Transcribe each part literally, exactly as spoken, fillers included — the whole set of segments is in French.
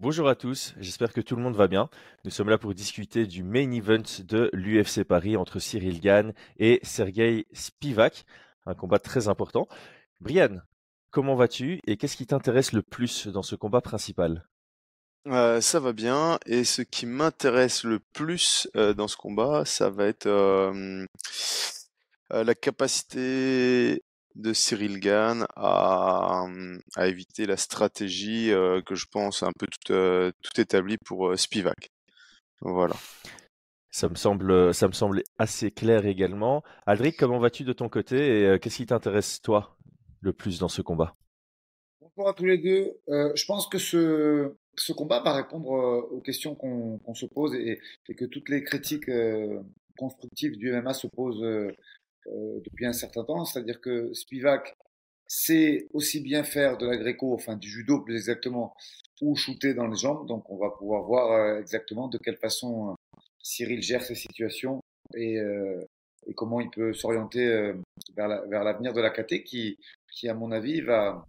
Bonjour à tous, j'espère que tout le monde va bien. Nous sommes là pour discuter du main event de l'U F C Paris entre Cyril Gane et Sergey Spivak, un combat très important. Brian, comment vas-tu et qu'est-ce qui t'intéresse le plus dans ce combat principal? Euh, ça va bien, et ce qui m'intéresse le plus euh, dans ce combat, ça va être euh, euh, la capacité de Cyril Gane à, à éviter la stratégie euh, que je pense un peu toute, euh, toute établie pour euh, Spivak. Voilà. Ça me semble, ça me semble assez clair également. Aldric, comment vas-tu de ton côté et euh, qu'est-ce qui t'intéresse toi le plus dans ce combat? Bonjour à tous les deux. Euh, je pense que ce, ce combat va répondre euh, aux questions qu'on qu'on se pose et, et que toutes les critiques euh, constructives du M M A se posent euh, euh, depuis un certain temps. C'est-à-dire que Spivak sait aussi bien faire de la gréco, enfin du judo plus exactement, ou shooter dans les jambes. Donc on va pouvoir voir euh, exactement de quelle façon euh, Cyril gère ces situations et, euh, et comment il peut s'orienter euh, vers la- vers l'avenir de la K T qui, qui, à mon avis, va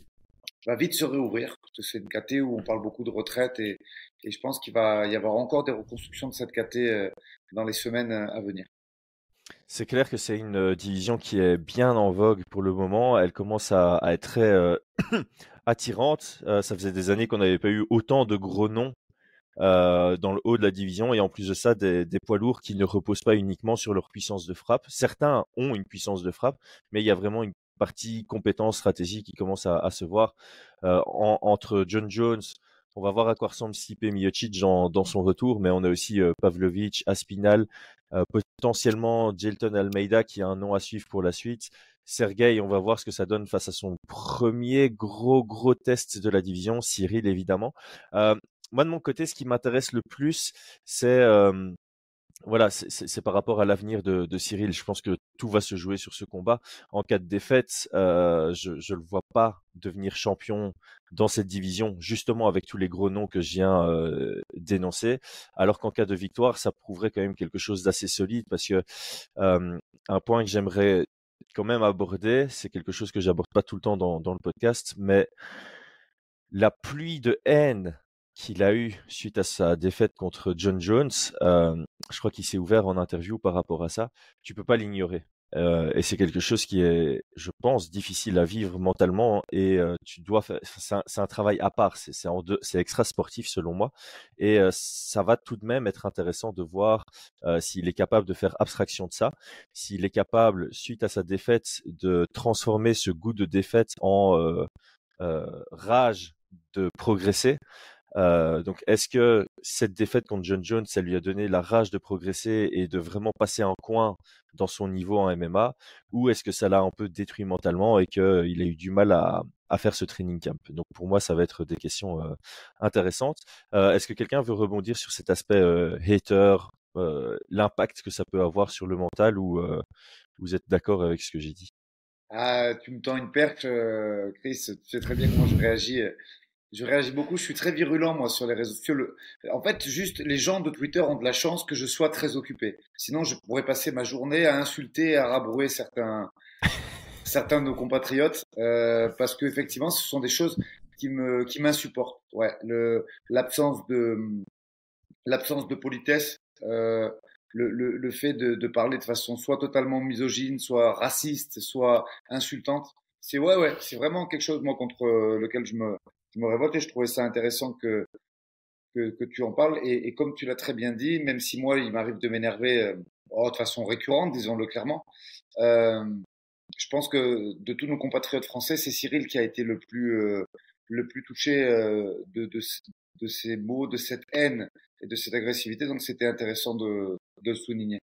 va vite se réouvrir, parce que c'est une K T où on parle beaucoup de retraite et, et je pense qu'il va y avoir encore des reconstructions de cette K T euh, dans les semaines euh, à venir. C'est clair que c'est une euh, division qui est bien en vogue pour le moment. Elle commence à, à être très euh, attirante. Euh, ça faisait des années qu'on n'avait pas eu autant de gros noms euh, dans le haut de la division et en plus de ça, des, des poids lourds qui ne reposent pas uniquement sur leur puissance de frappe. Certains ont une puissance de frappe, mais il y a vraiment une partie compétence stratégique qui commence à, à se voir euh, en- entre John Jones. On va voir à quoi ressemble Stipe Miocic dans, dans son retour, mais on a aussi euh, Pavlovic, Aspinal, euh, potentiellement Jelton Almeida qui a un nom à suivre pour la suite. Sergei, on va voir ce que ça donne face à son premier gros gros test de la division. Cyril évidemment. Euh, Moi de mon côté, ce qui m'intéresse le plus, c'est euh, voilà, c'est c'est- c'est par rapport à l'avenir de, de Cyril. Je pense que tout va se jouer sur ce combat. En cas de défaite, euh, je ne le vois pas devenir champion dans cette division, justement avec tous les gros noms que je viens euh, d'énoncer. Alors qu'en cas de victoire, ça prouverait quand même quelque chose d'assez solide parce que euh, un point que j'aimerais quand même aborder, c'est quelque chose que j'aborde pas tout le temps dans, dans le podcast, mais la pluie de haine qu'il a eue suite à sa défaite contre John Jones, euh, je crois qu'il s'est ouvert en interview par rapport à ça. Tu peux pas l'ignorer. Euh, et c'est quelque chose qui est, je pense, difficile à vivre mentalement et euh, tu dois faire. C'est un, c'est un travail à part. C'est c'est en deux- c'est extra sportif selon moi et euh, ça va tout de même être intéressant de voir euh, s'il est capable de faire abstraction de ça, s'il est capable, suite à sa défaite, de transformer ce goût de défaite en euh, euh, rage de progresser. Euh, donc, est-ce que cette défaite contre John Jones, ça lui a donné la rage de progresser et de vraiment passer un coin dans son niveau en M M A, ou est-ce que ça l'a un peu détruit mentalement et qu'il a eu du mal à, à faire ce training camp? Donc, pour moi, ça va être des questions euh, intéressantes. Euh, est-ce que quelqu'un veut rebondir sur cet aspect euh, hater, euh, l'impact que ça peut avoir sur le mental, ou euh, vous êtes d'accord avec ce que j'ai dit? Ah, tu me tends une perche, euh, Chris. Tu sais très bien comment je réagis. euh, Je réagis beaucoup. Je suis très virulent, moi, sur les réseaux sociaux. Le- En fait, juste, les gens de Twitter ont de la chance que je sois très occupé. Sinon, je pourrais passer ma journée à insulter, à rabrouer certains, certains de nos compatriotes, euh, parce que effectivement, ce sont des choses qui me, qui m'insupportent. Ouais, le, l'absence de, l'absence de politesse, euh, le, le, le fait de, de parler de façon soit totalement misogyne, soit raciste, soit insultante. C'est ouais, ouais, c'est vraiment quelque chose moi contre lequel je me, je me révolte et je trouvais ça intéressant que, que, que tu en parles. Et, et comme tu l'as très bien dit, même si moi il m'arrive de m'énerver euh, oh, de façon récurrente, disons-le clairement, euh, je pense que de tous nos compatriotes français, c'est Cyril qui a été le plus, euh, le plus touché euh, de, de, de ces mots, de cette haine et de cette agressivité. Donc c'était intéressant de, de le souligner.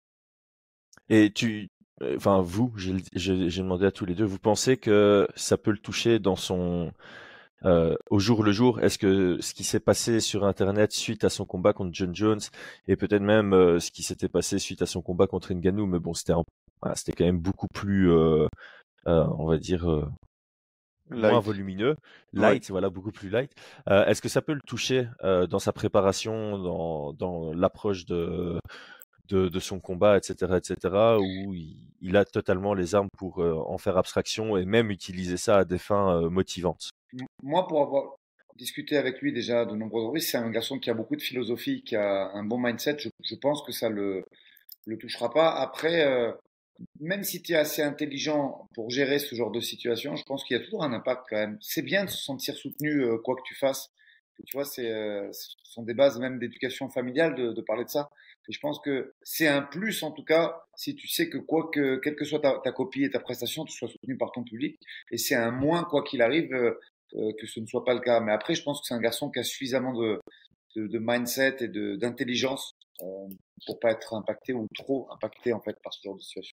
Et tu, euh, enfin vous, j'ai j'ai- j'ai demandé à tous les deux, vous pensez que ça peut le toucher dans son euh, au jour le jour? Est-ce que ce qui s'est passé sur Internet suite à son combat contre John Jones et peut-être même euh, ce qui s'était passé suite à son combat contre Ngannou, mais bon, c'était un- voilà, c'était quand même beaucoup plus, euh, euh, on va dire, euh, moins Light. volumineux, Ouais. light, voilà, beaucoup plus light. Euh, est-ce que ça peut le toucher euh, dans sa préparation, dans, dans l'approche de de, de son combat, et cetera, et cetera, où il, il a totalement les armes pour euh, en faire abstraction et même utiliser ça à des fins euh, motivantes. Moi, pour avoir, discuté avec lui déjà de nombreuses reprises. C'est un garçon qui a beaucoup de philosophie, qui a un bon mindset. Je, je pense que ça le le touchera pas. Après, euh, même si tu es assez intelligent pour gérer ce genre de situation, je pense qu'il y a toujours un impact quand même. C'est bien de se sentir soutenu euh, quoi que tu fasses. Et tu vois, c'est, euh, ce sont des bases même d'éducation familiale de, de parler de ça. Et je pense que c'est un plus en tout cas si tu sais que quoi que, quelle que soit ta, ta copie et ta prestation, tu sois soutenu par ton public. Et c'est un moins quoi qu'il arrive euh, euh, que ce ne soit pas le cas. Mais après, je pense que c'est un garçon qui a suffisamment de, de, de mindset et de, d'intelligence euh, pour pas être impacté ou trop impacté en fait par ce genre de situation.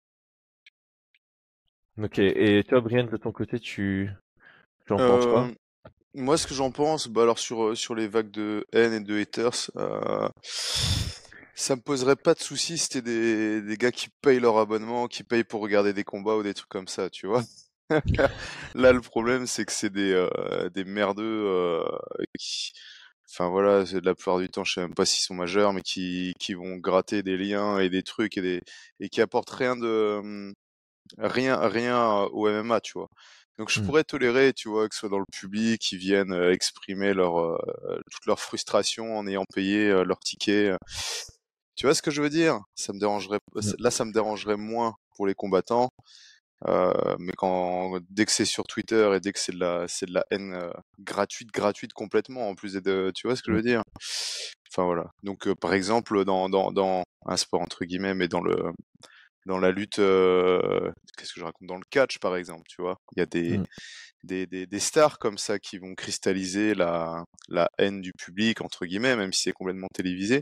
Ok. Et toi, Brian, de ton côté, tu, tu en penses quoi? Euh, Moi, ce que j'en pense, bah alors sur, euh, sur les vagues de haine et de haters, euh, ça me poserait pas de soucis si c'était des, des gars qui payent leur abonnement, qui payent pour regarder des combats ou des trucs comme ça, tu vois. Là, le problème, c'est que c'est des, euh, des merdeux euh, qui... Enfin voilà, c'est de la plupart du temps, je sais même pas s'ils sont majeurs, mais qui, qui vont gratter des liens et des trucs et, des, et qui apportent rien de... hum, rien, rien au M M A, tu vois. Donc je Hmm. pourrais tolérer, tu vois, que ce soit dans le public, qu'ils viennent euh, exprimer leur, euh, toute leur frustration en ayant payé euh, leur ticket. euh. Tu vois ce que je veux dire? Ça me dérangerait, Hmm. là, ça me dérangerait moins pour les combattants. Euh, mais quand dès que c'est sur Twitter et dès que c'est de la c'est de la haine euh, gratuite gratuite complètement en plus de tu vois ce que je Hmm. veux dire, enfin voilà. Donc euh, par exemple dans dans dans un sport entre guillemets mais dans le dans la lutte euh, qu'est-ce que je raconte dans le catch par exemple, tu vois, il y a des Hmm. des des des stars comme ça qui vont cristalliser la la haine du public entre guillemets même si c'est complètement télévisé.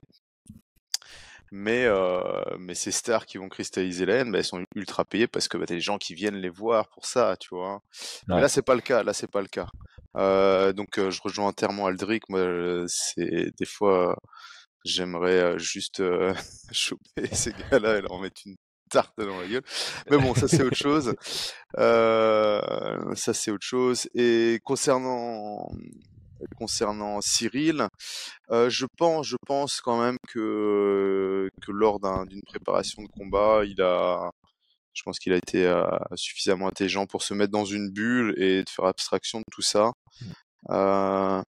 Mais, euh, mais ces stars qui vont cristalliser la haine, bah, elles sont ultra payées parce que bah, t'as des gens qui viennent les voir pour ça, tu vois. Mais Ouais. là, c'est pas le cas. Là, c'est pas le cas. Euh, donc, euh, je rejoins entièrement Aldric. Moi, euh, c'est des fois, j'aimerais euh, juste euh, choper ces gars-là et leur mettre une tarte dans la gueule. Mais bon, ça c'est autre chose. Euh, ça c'est autre chose. Et concernant concernant Cyril, euh, je pense, je pense quand même que que lors d'un, d'une préparation de combat, il a, je pense qu'il a été euh, suffisamment intelligent pour se mettre dans une bulle et de faire abstraction de tout ça. Euh,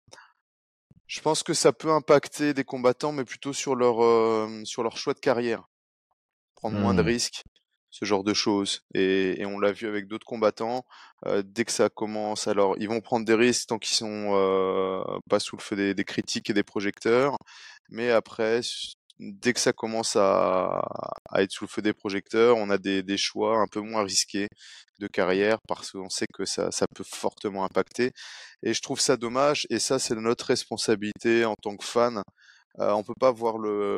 je pense que ça peut impacter des combattants, mais plutôt sur leur euh, sur leur choix de carrière, prendre moins de Hmm. risques, ce genre de choses. Et, et on l'a vu avec d'autres combattants. Euh, dès que ça commence, alors ils vont prendre des risques tant qu'ils sont euh, pas sous le feu des, des critiques et des projecteurs. Mais après, s- dès que ça commence à, à être sous le feu des projecteurs, on a des, des choix un peu moins risqués de carrière parce qu'on sait que ça, ça peut fortement impacter. Et je trouve ça dommage. Et ça, c'est notre responsabilité en tant que fan. Euh, on peut pas voir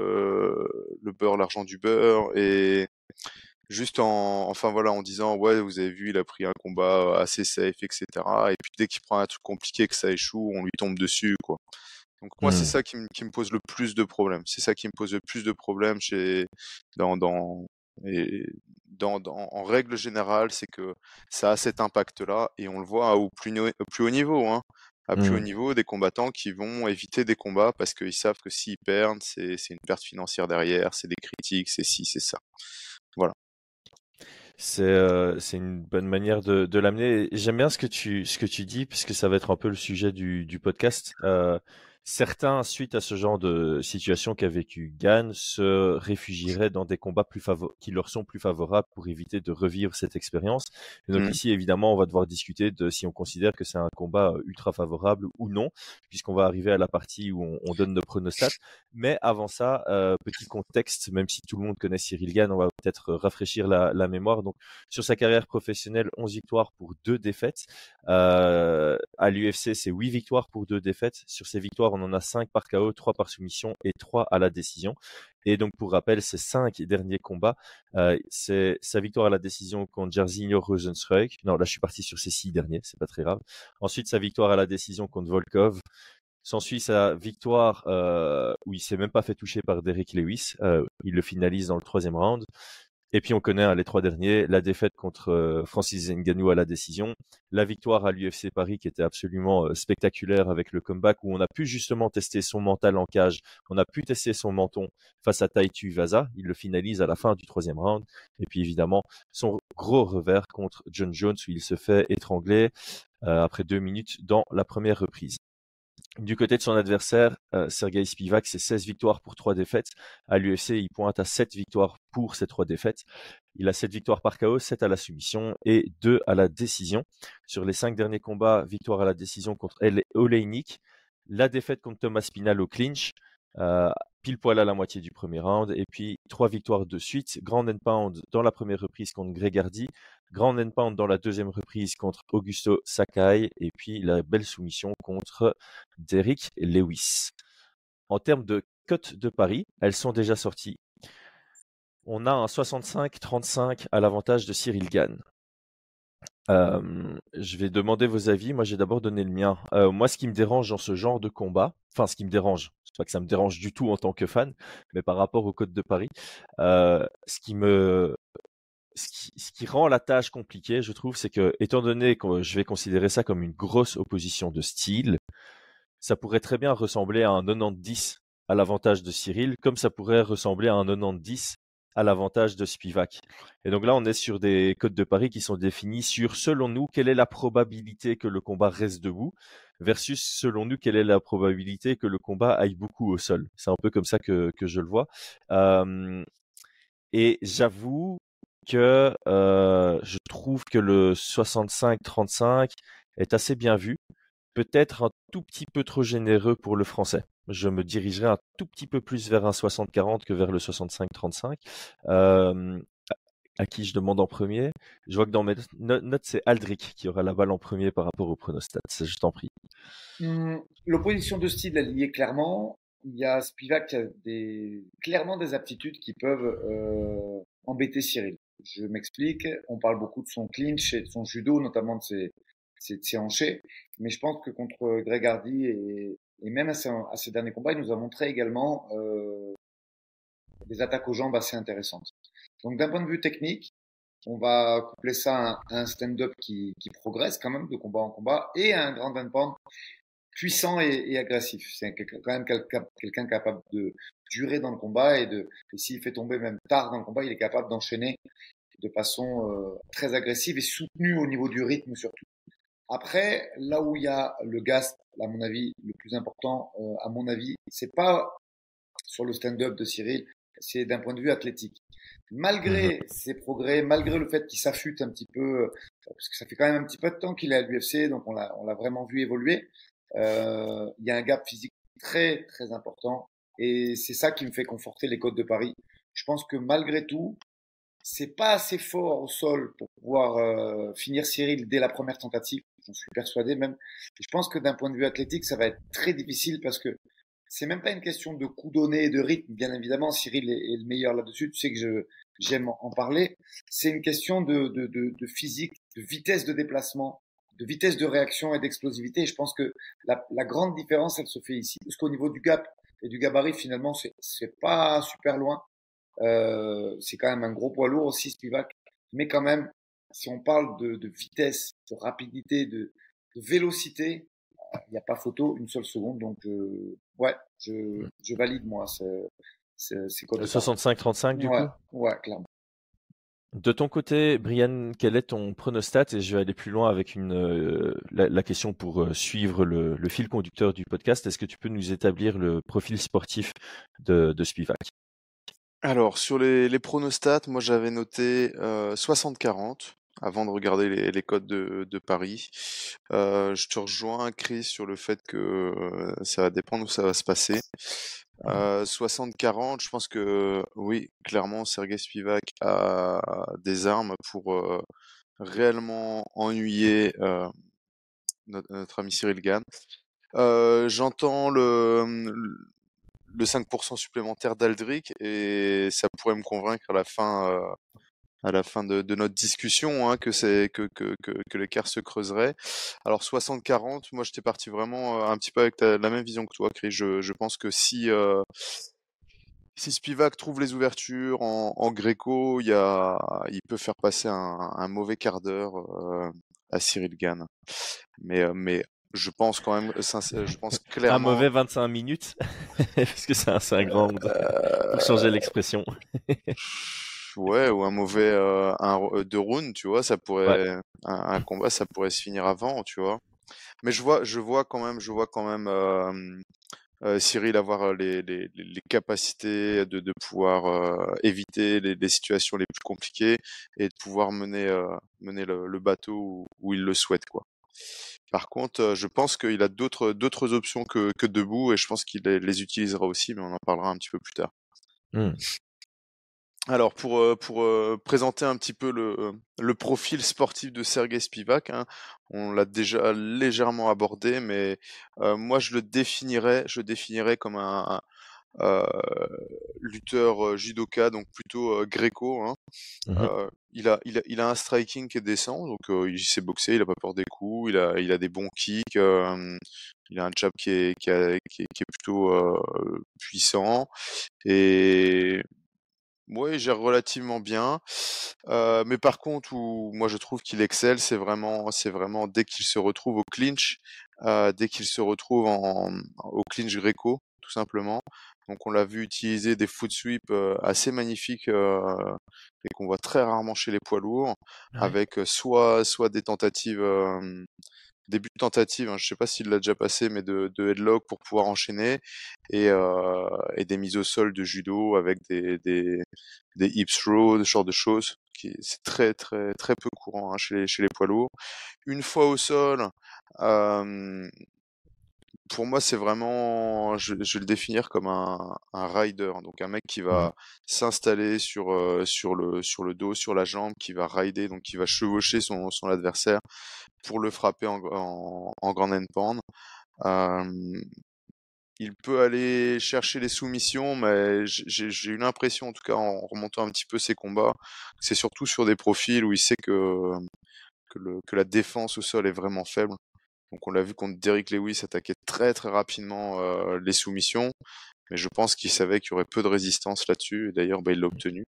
le, le beurre, l'argent du beurre et juste en, enfin voilà, en disant ouais, vous avez vu, il a pris un combat assez safe, et cetera. Et puis dès qu'il prend un truc compliqué, que ça échoue, on lui tombe dessus, quoi. Donc moi, c'est Hmm. ça qui me, qui me pose le plus de problèmes. C'est ça qui me pose le plus de problèmes chez, dans, dans, et dans, dans, en règle générale, c'est que ça a cet impact-là et on le voit au plus, no- au plus haut niveau, hein. À plus haut Hmm. niveau, des combattants qui vont éviter des combats parce qu'ils savent que s'ils perdent, c'est, c'est une perte financière derrière, c'est des critiques, c'est ci, c'est ça. Voilà. C'est euh, c'est une bonne manière de, de l'amener. Et j'aime bien ce que tu ce que tu dis puisque ça va être un peu le sujet du, du podcast. Euh, certains, suite à ce genre de situation qu'a vécu Gann, se réfugieraient dans des combats plus favo- qui leur sont plus favorables pour éviter de revivre cette expérience. Et donc Mhm. ici, évidemment, on va devoir discuter de si on considère que c'est un combat euh, ultra favorable ou non, puisqu'on va arriver à la partie où on, on donne nos pronostats. Mais avant ça, euh, petit contexte, même si tout le monde connaît Cyril Gann, on va peut-être rafraîchir la, la mémoire. Donc, sur sa carrière professionnelle, onze victoires pour deux défaites. Euh, à l'U F C, c'est huit victoires pour deux défaites. Sur ces victoires, on en a cinq par K O, trois par soumission et trois à la décision. Et donc, pour rappel, ces cinq derniers combats, euh, c'est sa victoire à la décision contre Jairzinho Rozenstruik. Non, là, je suis parti sur ces six derniers, c'est pas très grave. Ensuite, sa victoire à la décision contre Volkov. S'ensuit sa victoire euh, où il s'est même pas fait toucher par Derrick Lewis. Euh, il le finalise dans le troisième round. Et puis on connaît hein, les trois derniers, la défaite contre euh, Francis Ngannou à la décision, la victoire à l'U F C Paris qui était absolument euh, spectaculaire avec le comeback où on a pu justement tester son mental en cage, on a pu tester son menton face à Tai Tuivasa, il le finalise à la fin du troisième round. Et puis évidemment son gros revers contre John Jones où il se fait étrangler euh, après deux minutes dans la première reprise. Du côté de son adversaire, euh, Sergei Spivak, c'est seize victoires pour trois défaites. À l'U F C, il pointe à sept victoires pour ces trois défaites. Il a sept victoires par K O, sept à la soumission et deux à la décision. Sur les cinq derniers combats, victoire à la décision contre Oleinik, la défaite contre Thomas Spinal au clinch, euh, pile poil à la moitié du premier round, et puis trois victoires de suite, Ground and Pound dans la première reprise contre Greg Hardy, Ground and Pound dans la deuxième reprise contre Augusto Sakai, et puis la belle soumission contre Derrick Lewis. En termes de cotes de paris, elles sont déjà sorties. On a un soixante-cinq trente-cinq à l'avantage de Cyril Gane. Euh, je vais demander vos avis. Moi, j'ai d'abord donné le mien. Euh, moi, ce qui me dérange dans ce genre de combat, enfin, ce qui me dérange, c'est pas que ça me dérange du tout en tant que fan, mais par rapport au code de Paris, euh, ce qui me, ce qui, ce qui rend la tâche compliquée, je trouve, c'est que, étant donné que je vais considérer ça comme une grosse opposition de style, ça pourrait très bien ressembler à un quatre-vingt-dix à l'avantage de Cyril, comme ça pourrait ressembler à un quatre-vingt-dix à l'avantage de Spivak. Et donc là, on est sur des codes de paris qui sont définis sur, selon nous, quelle est la probabilité que le combat reste debout, versus, selon nous, quelle est la probabilité que le combat aille beaucoup au sol. C'est un peu comme ça que, que je le vois. Euh, et j'avoue que euh, je trouve que le soixante-cinq trente-cinq est assez bien vu. Peut-être un tout petit peu trop généreux pour le français. Je me dirigerai un tout petit peu plus vers un soixante quarante que vers le soixante-cinq trente-cinq. Euh, à qui je demande en premier? Je vois que dans mes notes, c'est Aldric qui aura la balle en premier par rapport au pronostat. Je t'en prie. Hum, L'opposition de style, elle y est clairement. Il y a Spivak qui a des, clairement des aptitudes qui peuvent euh, embêter Cyril. Je m'explique. On parle beaucoup de son clinch et de son judo, notamment de ses, ses, de ses hanchés. Mais je pense que contre Greg Hardy et, et même à ses, à ses derniers combats, il nous a montré également euh, des attaques aux jambes assez intéressantes. Donc d'un point de vue technique, on va coupler ça à un, un stand-up qui, qui progresse quand même de combat en combat et à un grand and pound puissant et, et agressif. C'est quand même quelqu'un, quelqu'un capable de durer dans le combat et de, et s'il fait tomber même tard dans le combat, il est capable d'enchaîner de façon euh, très agressive et soutenue au niveau du rythme surtout. Après, là où il y a le gast, à mon avis, le plus important, euh, à mon avis, c'est pas sur le stand-up de Cyril, c'est d'un point de vue athlétique. Malgré mmh. ses progrès, malgré le fait qu'il s'affûte un petit peu, parce que ça fait quand même un petit peu de temps qu'il est à l'U F C, donc on l'a, on l'a vraiment vu évoluer. Euh, il y a un gap physique très très important et c'est ça qui me fait conforter les cotes de Paris. Je pense que malgré tout, c'est pas assez fort au sol pour pouvoir euh, finir Cyril dès la première tentative. J'en suis persuadé même. Et je pense que d'un point de vue athlétique, ça va être très difficile parce que c'est même pas une question de coup donné et de rythme. Bien évidemment, Cyril est, est le meilleur là-dessus. Tu sais que je, j'aime en parler. C'est une question de, de, de, de physique, de vitesse de déplacement, de vitesse de réaction et d'explosivité. Et je pense que la, la grande différence, elle se fait ici. Parce qu'au niveau du gap et du gabarit, finalement, c'est, c'est pas super loin. Euh, c'est quand même un gros poids lourd aussi, Spivak. Mais quand même, si on parle de, de vitesse, de rapidité, de, de vélocité, il n'y a pas photo une seule seconde. Donc, euh, ouais, je, je valide, moi, c'est, c'est, c'est quoi de soixante-cinq trente-cinq, du ouais, coup? Ouais, clairement. De ton côté, Brian, quel est ton pronostat? Et je vais aller plus loin avec une, euh, la, la question pour euh, suivre le, le fil conducteur du podcast. Est-ce que tu peux nous établir le profil sportif de, de Spivak? Alors, sur les, les pronostats, moi j'avais noté euh, soixante quarante avant de regarder les, les codes de, de Paris. Euh, je te rejoins, Chris, sur le fait que euh, ça va dépendre où ça va se passer. Euh, soixante quarante, je pense que oui, clairement, Sergei Spivak a des armes pour euh, réellement ennuyer euh, notre, notre ami Cyril Gane. Euh, j'entends le, le cinq pour cent supplémentaire d'Aldric et ça pourrait me convaincre à la fin, euh, à la fin de, de notre discussion, hein, que c'est que, que, que, que l'écart se creuserait. Alors soixante quarante, moi j'étais parti vraiment euh, un petit peu avec ta, la même vision que toi, Chris. Je, je pense que si euh, si Spivak trouve les ouvertures en, en Gréco, il y a, il peut faire passer un, un mauvais quart d'heure euh, à Cyril Gane. Mais, euh, mais je pense quand même, je pense clairement. Un mauvais vingt-cinq minutes, parce que c'est un, c'est un grand monde, euh... pour changer l'expression. Ouais, ou un mauvais euh, un, deux rounds, tu vois, ça pourrait, ouais. un, un combat, ça pourrait se finir avant, tu vois. mais je vois, je vois quand même, je vois quand même euh, euh, Cyril avoir les, les, les les capacités de, de pouvoir euh, éviter les, les situations les plus compliquées et de pouvoir mener, euh, mener le, le bateau où, où il le souhaite, quoi. Par contre, euh, je pense qu'il a d'autres d'autres options que, que debout et je pense qu'il les, les utilisera aussi, mais on en parlera un petit peu plus tard. Hmm. Alors pour euh, pour euh, présenter un petit peu le le profil sportif de Sergei Spivak, hein, on l'a déjà légèrement abordé, mais euh, moi je le définirais je le définirais comme un, un, euh, lutteur euh, judoka, donc plutôt euh, gréco, hein. Mhm. Euh, il a il a il a un striking qui est décent, donc euh, il sait boxer, il a pas peur des coups, il a il a des bons kicks, euh, il a un jab qui est qui, a- qui est, qui est plutôt euh, puissant et ouais, il gère relativement bien. Euh, mais par contre, où moi je trouve qu'il excelle, c'est vraiment, c'est vraiment dès qu'il se retrouve au clinch, euh, dès qu'il se retrouve en, au clinch gréco, tout simplement. Donc on l'a vu utiliser des foot sweeps euh, assez magnifiques euh, et qu'on voit très rarement chez les poids lourds, Ouais. avec euh, soit soit des tentatives euh, début de tentative, hein, je sais pas s'il l'a déjà passé, mais de, de headlock pour pouvoir enchaîner et, euh, et des mises au sol de judo avec des, des, des hip throws, ce genre de choses. Qui, c'est très très très peu courant hein, chez, les, chez les poids lourds. Une fois au sol, euh, pour moi c'est vraiment, je, je vais le définir comme un, un rider, donc un mec qui Mhm. va s'installer sur euh, sur le sur le dos, sur la jambe, qui va rider, donc qui va chevaucher son, son adversaire pour le frapper en, en, en grand end pound. Euh, il peut aller chercher les soumissions, mais j'ai j'ai eu l'impression, en tout cas en remontant un petit peu ses combats, que c'est surtout sur des profils où il sait que, que, le, que la défense au sol est vraiment faible. Donc on l'a vu contre Derrick Lewis attaquer très très rapidement euh, les soumissions, mais je pense qu'il savait qu'il y aurait peu de résistance là-dessus, et d'ailleurs bah, il l'a obtenu.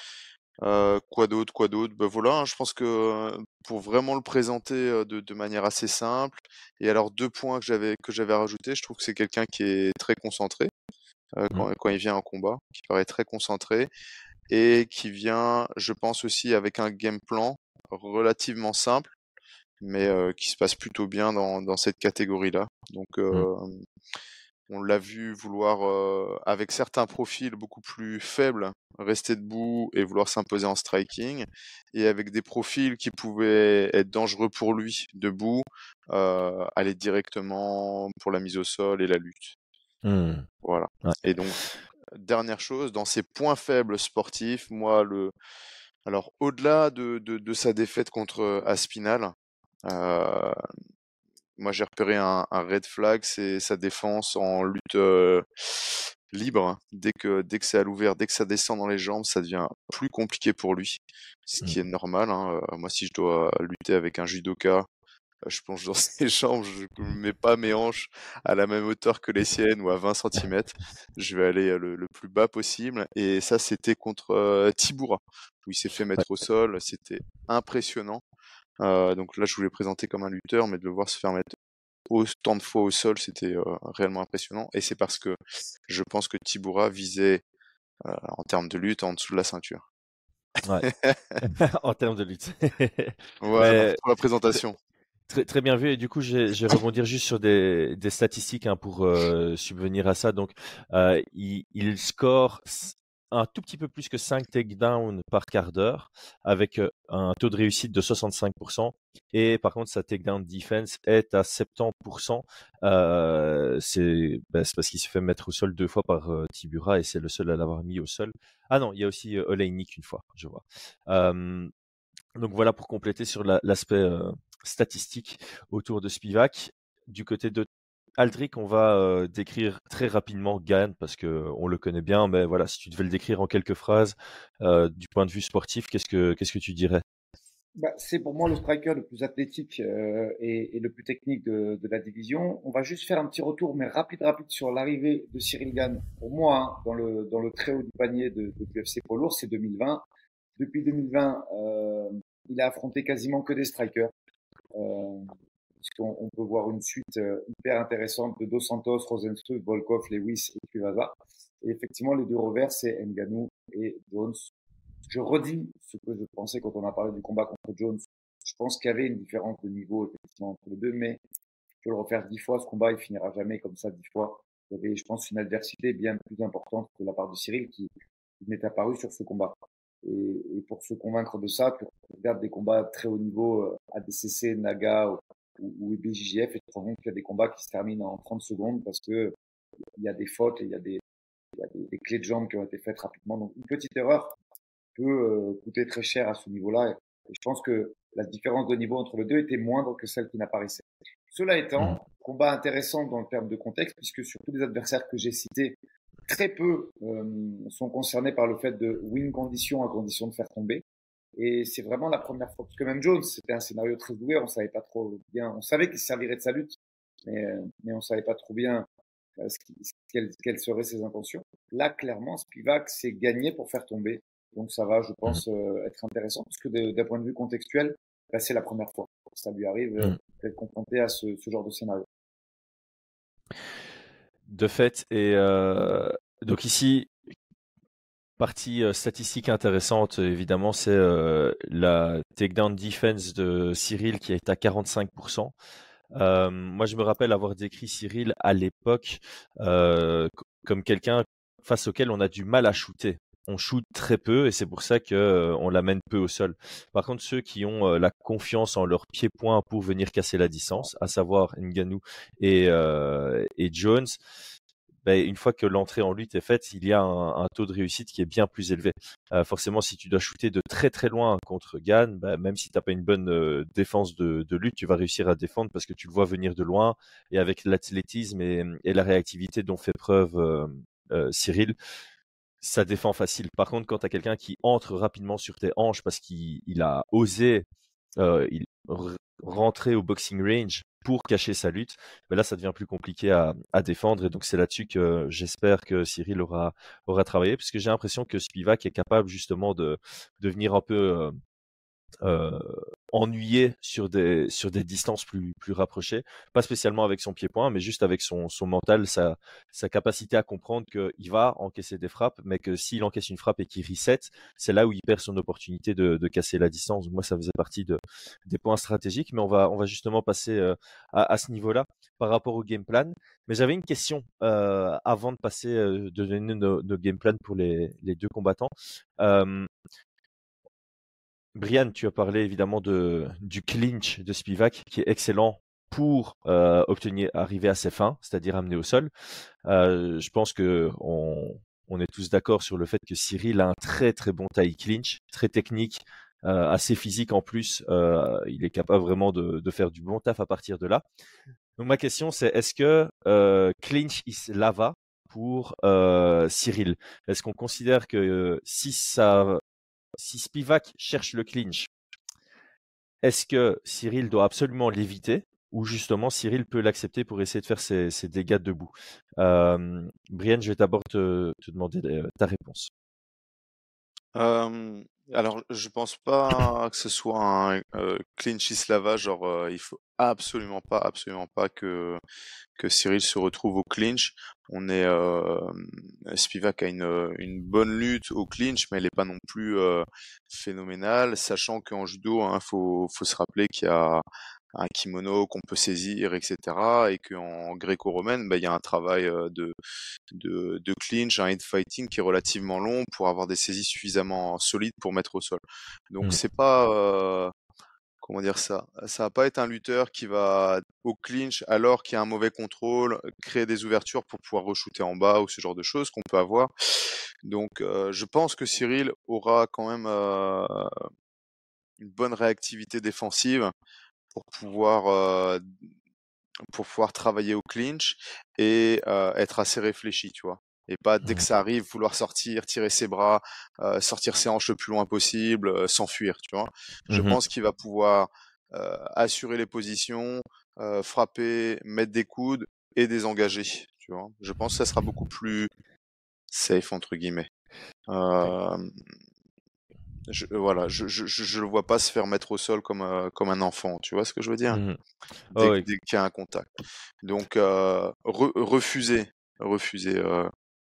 Euh, quoi d'autre, quoi d'autre? Ben voilà, hein, je pense que euh, pour vraiment le présenter euh, de, de manière assez simple, et alors deux points que j'avais que j'avais rajouté, je trouve que c'est quelqu'un qui est très concentré euh, Mhm. quand, quand il vient en combat, qui paraît très concentré et qui vient, je pense aussi avec un game plan relativement simple, mais euh, qui se passe plutôt bien dans, dans cette catégorie-là. Donc Mhm. euh, on l'a vu vouloir, euh, avec certains profils beaucoup plus faibles, rester debout et vouloir s'imposer en striking, et avec des profils qui pouvaient être dangereux pour lui, debout, euh, aller directement pour la mise au sol et la lutte. Mhm. Voilà. Ouais. Et donc, dernière chose, dans ses points faibles sportifs, moi, le, alors au-delà de, de, de sa défaite contre Aspinall, euh, moi, j'ai repéré un, un red flag, c'est sa défense en lutte euh, libre. Dès que, dès que c'est à l'ouvert, dès que ça descend dans les jambes, ça devient plus compliqué pour lui, ce qui est Mhm. normal, hein. Euh, Moi, si je dois lutter avec un judoka, euh, je plonge dans ses jambes, je ne mets pas mes hanches à la même hauteur que les siennes ou à vingt centimètres. Je vais aller euh, le, le plus bas possible. Et ça, c'était contre euh, Tibura, où il s'est fait Ouais. mettre au sol. C'était impressionnant. Euh, donc là, je voulais présenter comme un lutteur, mais de le voir se faire mettre autant de fois au sol, c'était euh, réellement impressionnant. Et c'est parce que je pense que Tibura visait, euh, en termes de lutte, en dessous de la ceinture. Ouais. En termes de lutte. Voilà, Mais pour la très, présentation. très, très bien vu. Et du coup, je vais je vais rebondir juste sur des, des statistiques hein, pour euh, subvenir à ça. Donc, euh, il, il score s- un tout petit peu plus que cinq takedowns par quart d'heure, avec euh, un taux de réussite de soixante-cinq pour cent. Et par contre, sa takedown defense est à soixante-dix pour cent. Euh, c'est ben, c'est parce qu'il s'est fait mettre au sol deux fois par euh, Tibura et c'est le seul à l'avoir mis au sol. Ah non, il y a aussi euh, Oleinik une fois, je vois. Euh, donc voilà pour compléter sur la- l'aspect euh, statistique autour de Spivak. Du côté de Aldric, on va euh, décrire très rapidement Gann parce que on le connaît bien, mais voilà, si tu devais le décrire en quelques phrases euh, du point de vue sportif, qu'est-ce que qu'est-ce que tu dirais? Bah, c'est pour moi le striker le plus athlétique euh, et, et le plus technique de, de la division. On va juste faire un petit retour, mais rapide, rapide sur l'arrivée de Cyril Gane. Pour moi, hein, dans le dans le très haut du panier de, de l'U F C poids lourd, c'est deux mille vingt. Depuis deux mille vingt, euh, il a affronté quasiment que des strikers. Euh, Puisqu'on on peut voir une suite euh, hyper intéressante de Dos Santos, Rosenstruck, Volkov, Lewis et Tuivasa. Et effectivement, les deux revers, c'est Ngannou et Jones. Je redis ce que je pensais quand on a parlé du combat contre Jones. Je pense qu'il y avait une différence de niveau effectivement entre les deux, mais tu peux le refaire dix fois, ce combat, il finira jamais comme ça dix fois. Il y avait, je pense, une adversité bien plus importante de la part de Cyril qui, qui m'est apparue sur ce combat. Et, et pour se convaincre de ça, tu regardes des combats très haut niveau, euh, A D C C, Naga ou, ou B J J F, et tu te rends compte qu'il y a des combats qui se terminent en trente secondes parce que il y a des fautes et il y a des, il y a des, des clés de jambes qui ont été faites rapidement. Donc une petite erreur peut euh, coûter très cher à ce niveau-là. Et, et je pense que la différence de niveau entre les deux était moindre que celle qui n'apparaissait. Cela étant, Mhm. combat intéressant dans le terme de contexte, puisque sur tous les adversaires que j'ai cités, très peu euh, sont concernés par le fait de win condition à condition de faire tomber. Et c'est vraiment la première fois, parce que même Jones, c'était un scénario très ouvert, on savait pas trop bien, on savait qu'il servirait de sa lutte, mais, mais on savait pas trop bien euh, ce qui, ce, quelles, quelles seraient ses intentions. Là, clairement, Spivak s'est gagné pour faire tomber. Donc ça va, je pense, euh, être intéressant, parce que d'un point de vue contextuel, bah, c'est la première fois que ça lui arrive euh, Mhm. d'être confronté à ce, ce genre de scénario. De fait, et euh, donc ici, partie euh, statistique intéressante, évidemment, c'est euh, la takedown defense de Cyril qui est à quarante-cinq pour cent. Euh, moi, je me rappelle avoir décrit Cyril à l'époque euh, c- comme quelqu'un face auquel on a du mal à shooter. On shoot très peu et c'est pour ça que euh, on l'amène peu au sol. Par contre, ceux qui ont euh, la confiance en leur pied-point pour venir casser la distance, à savoir Ngannou et, euh, et Jones, ben, une fois que l'entrée en lutte est faite, il y a un, un taux de réussite qui est bien plus élevé. Euh, forcément, si tu dois shooter de très très loin contre Gann, ben, même si tu n'as pas une bonne euh, défense de, de lutte, tu vas réussir à défendre parce que tu le vois venir de loin et avec l'athlétisme et, et la réactivité dont fait preuve euh, euh, Cyril, ça défend facile. Par contre, quand tu as quelqu'un qui entre rapidement sur tes hanches parce qu'il il a osé euh, il, r- rentrer au boxing range pour cacher sa lutte, mais là ça devient plus compliqué à, à défendre et donc c'est là-dessus que j'espère que Cyril aura, aura travaillé puisque j'ai l'impression que Spivak est capable justement de, de venir un peu euh, euh, ennuyé sur des sur des distances plus plus rapprochées, pas spécialement avec son pied-point, mais juste avec son son mental, sa sa capacité à comprendre qu'il va encaisser des frappes, mais que s'il encaisse une frappe et qu'il reset, c'est là où il perd son opportunité de de casser la distance. Donc moi, ça faisait partie de des points stratégiques, mais on va on va justement passer euh, à, à ce niveau-là par rapport au game plan. Mais j'avais une question euh, avant de passer euh, de donner nos, nos game plans pour les les deux combattants. Euh, Brian, tu as parlé évidemment de, du clinch de Spivak, qui est excellent pour euh, obtenir, arriver à ses fins, c'est-à-dire amener au sol. Euh, je pense que on, on est tous d'accord sur le fait que Cyril a un très très bon taille clinch, très technique, euh, assez physique en plus. Euh, il est capable vraiment de, de faire du bon taf à partir de là. Donc ma question c'est est-ce que euh, clinch is lava pour euh, Cyril? Est-ce qu'on considère que euh, si ça si Spivak cherche le clinch, est-ce que Cyril doit absolument l'éviter ou justement Cyril peut l'accepter pour essayer de faire ses, ses dégâts debout? euh, Brian, je vais d'abord te, te demander euh, ta réponse. Euh, alors, je pense pas que ce soit un euh, clinch Islava, genre euh, il faut absolument pas, absolument pas que que Cyril se retrouve au clinch. On est euh, Spivak a une une bonne lutte au clinch, mais elle est pas non plus euh, phénoménale, sachant qu'en judo, hein, faut faut se rappeler qu'il y a un kimono qu'on peut saisir, et cetera, et qu'en gréco-romaine, bah, il y a un travail euh, de de, de clinch, un head fighting qui est relativement long pour avoir des saisies suffisamment solides pour mettre au sol. Donc Mm. c'est pas euh, comment dire ça, ça va pas être un lutteur qui va au clinch alors qu'il y a un mauvais contrôle, créer des ouvertures pour pouvoir re-shooter en bas ou ce genre de choses qu'on peut avoir. Donc euh, je pense que Cyril aura quand même euh, une bonne réactivité défensive pour pouvoir euh, pour pouvoir travailler au clinch et euh, être assez réfléchi, tu vois. Et pas dès que Mm. ça arrive vouloir sortir, tirer ses bras, euh, sortir ses hanches le plus loin possible, euh, s'enfuir, tu vois. Je Mhm. pense qu'il va pouvoir euh, assurer les positions, euh, frapper, mettre des coudes et désengager, tu vois. Je pense que ça sera beaucoup plus safe entre guillemets. Ok. Euh, je, voilà, je, je, je, je le vois pas se faire mettre au sol comme, euh, comme un enfant, tu vois ce que je veux dire? Mhm. Oh, Dès, oui. dès qu'il y a un contact. Donc, euh, re- refuser, refuser euh,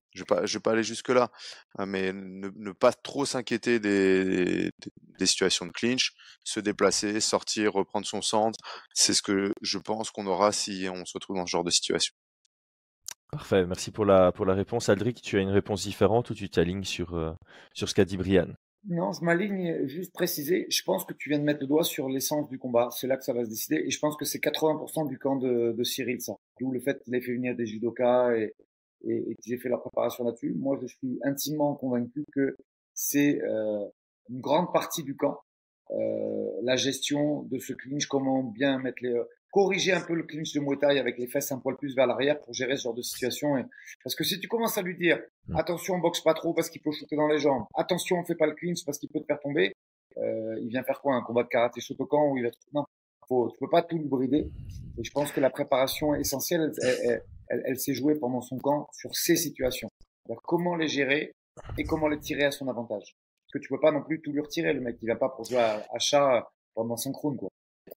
Je vais pas, je vais pas aller jusque-là, hein, mais ne, ne pas trop s'inquiéter des, des, des situations de clinch, se déplacer, sortir, reprendre son centre, c'est ce que je pense qu'on aura si on se retrouve dans ce genre de situation. Parfait, merci pour la, pour la réponse. Aldric, tu as une réponse différente ou tu t'alignes sur, euh, sur ce qu'a dit Brian? Non, je m'aligne, juste préciser, je pense que tu viens de mettre le doigt sur l'essence du combat. C'est là que ça va se décider. Et je pense que c'est quatre-vingts pour cent du camp de, de Cyril, ça. D'où le fait qu'il ait fait venir des judokas et, et, et qu'ils aient fait leur préparation là-dessus. Moi, je suis intimement convaincu que c'est euh, une grande partie du camp. Euh, la gestion de ce clinch, comment bien mettre les... corriger un peu le clinch de Muay Thai avec les fesses un poil plus vers l'arrière pour gérer ce genre de situation. Et... Parce que si tu commences à lui dire attention, on boxe pas trop parce qu'il peut shooter dans les jambes, attention, on fait pas le clinch parce qu'il peut te faire tomber, euh, il vient faire quoi, un combat de karaté Shotokan où il va... Non, faut, tu peux pas tout le brider. Et je pense que la préparation essentielle, elle, elle, elle, elle s'est jouée pendant son camp sur ces situations. Alors, comment les gérer et comment les tirer à son avantage. Parce que tu peux pas non plus tout lui retirer, le mec. Il va pas pour jouer à, à chat pendant cinq rounds, quoi.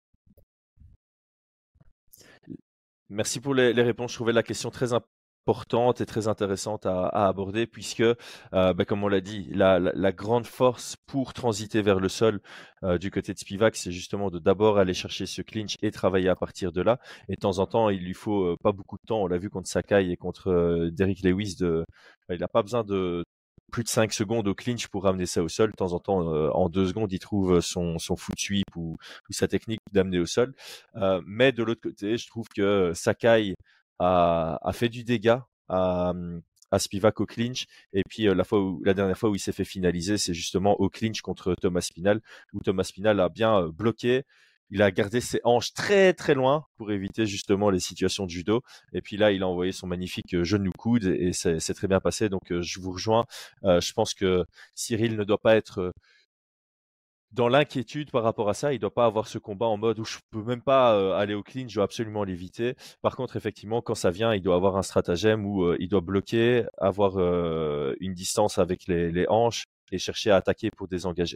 Merci pour les, les réponses. Je trouvais la question très importante et très intéressante à, à aborder puisque, euh, bah, comme on l'a dit, la, la, la grande force pour transiter vers le sol euh, du côté de Spivak, c'est justement de d'abord aller chercher ce clinch et travailler à partir de là. Et de temps en temps, il lui faut euh, pas beaucoup de temps. On l'a vu contre Sakai et contre euh, Derrick Lewis. De, bah, il n'a pas besoin de plus de cinq secondes au clinch pour ramener ça au sol. De temps en temps, euh, en deux secondes, il trouve son, son foot sweep ou, ou sa technique d'amener au sol. Euh, mais de l'autre côté, je trouve que Sakai a, a fait du dégât à, à Spivak au clinch. Et puis euh, la, fois où, la dernière fois où il s'est fait finaliser, c'est justement au clinch contre Thomas Spinal, où Thomas Spinal a bien euh, bloqué. Il a gardé ses hanches très très loin pour éviter justement les situations de judo. Et puis là, il a envoyé son magnifique genou-coude et c'est, c'est très bien passé. Donc euh, je vous rejoins. Euh, je pense que Cyril ne doit pas être euh, dans l'inquiétude par rapport à ça. Il doit pas avoir ce combat en mode où je peux même pas euh, aller au clinch, je dois absolument l'éviter. Par contre, effectivement, quand ça vient, il doit avoir un stratagème où euh, il doit bloquer, avoir euh, une distance avec les, les hanches et chercher à attaquer pour désengager.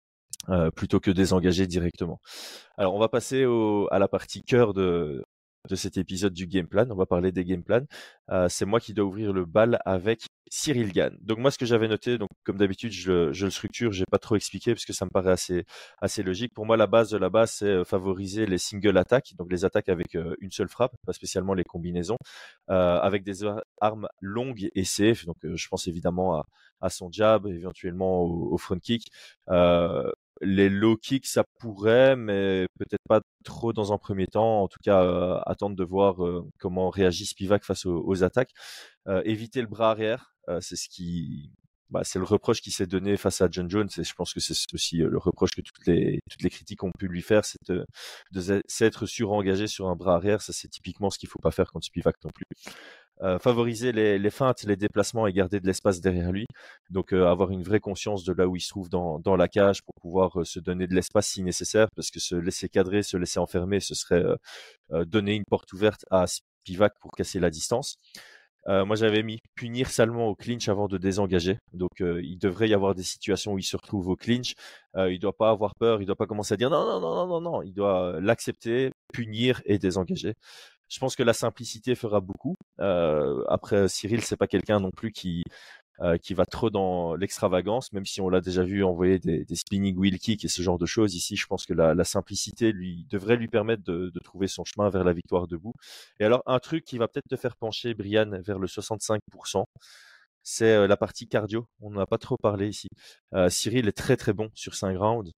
Euh, plutôt que désengager directement. Alors, on va passer au, à la partie cœur de, de cet épisode du game plan. On va parler des game plans. Euh, c'est moi qui dois ouvrir le bal avec Cyril Gann. Donc moi, ce que j'avais noté, donc comme d'habitude, je, je le structure, j'ai pas trop expliqué parce que ça me paraît assez assez logique. Pour moi, la base de la base, c'est favoriser les single attaques, donc les attaques avec euh, une seule frappe, pas spécialement les combinaisons, euh, avec des armes longues et safe. Donc euh, je pense évidemment à, à son jab, éventuellement au, au front kick. Euh, les low kicks, ça pourrait, mais peut-être pas trop dans un premier temps. En tout cas, euh, attendre de voir euh, comment réagit Spivak face aux, aux attaques. Euh, éviter le bras arrière, euh, c'est ce qui, bah, c'est le reproche qui s'est donné face à John Jones. Et je pense que c'est aussi euh, le reproche que toutes les toutes les critiques ont pu lui faire, c'est de, de s'être surengagé sur un bras arrière. Ça, c'est typiquement ce qu'il faut pas faire contre Spivak non plus. Euh, favoriser les, les feintes, les déplacements et garder de l'espace derrière lui. Donc euh, avoir une vraie conscience de là où il se trouve dans, dans la cage pour pouvoir euh, se donner de l'espace si nécessaire, parce que se laisser cadrer, se laisser enfermer, ce serait euh, euh, donner une porte ouverte à Spivak pour casser la distance. Euh, moi, j'avais mis punir salement au clinch avant de désengager. Donc, euh, il devrait y avoir des situations où il se retrouve au clinch. Euh, il doit pas avoir peur. Il doit pas commencer à dire non, non, non, non, non, non. Il doit l'accepter, punir et désengager. Je pense que la simplicité fera beaucoup. Euh, après, Cyril, c'est pas quelqu'un non plus qui euh, qui va trop dans l'extravagance, même si on l'a déjà vu envoyer des, des spinning wheel kicks et ce genre de choses. Ici, je pense que la, la simplicité lui devrait lui permettre de, de trouver son chemin vers la victoire debout. Et alors, un truc qui va peut-être te faire pencher, Brian, vers le soixante-cinq pour cent, c'est euh, la partie cardio. On n'en a pas trop parlé ici. Euh, Cyril est très très bon sur cinq rounds.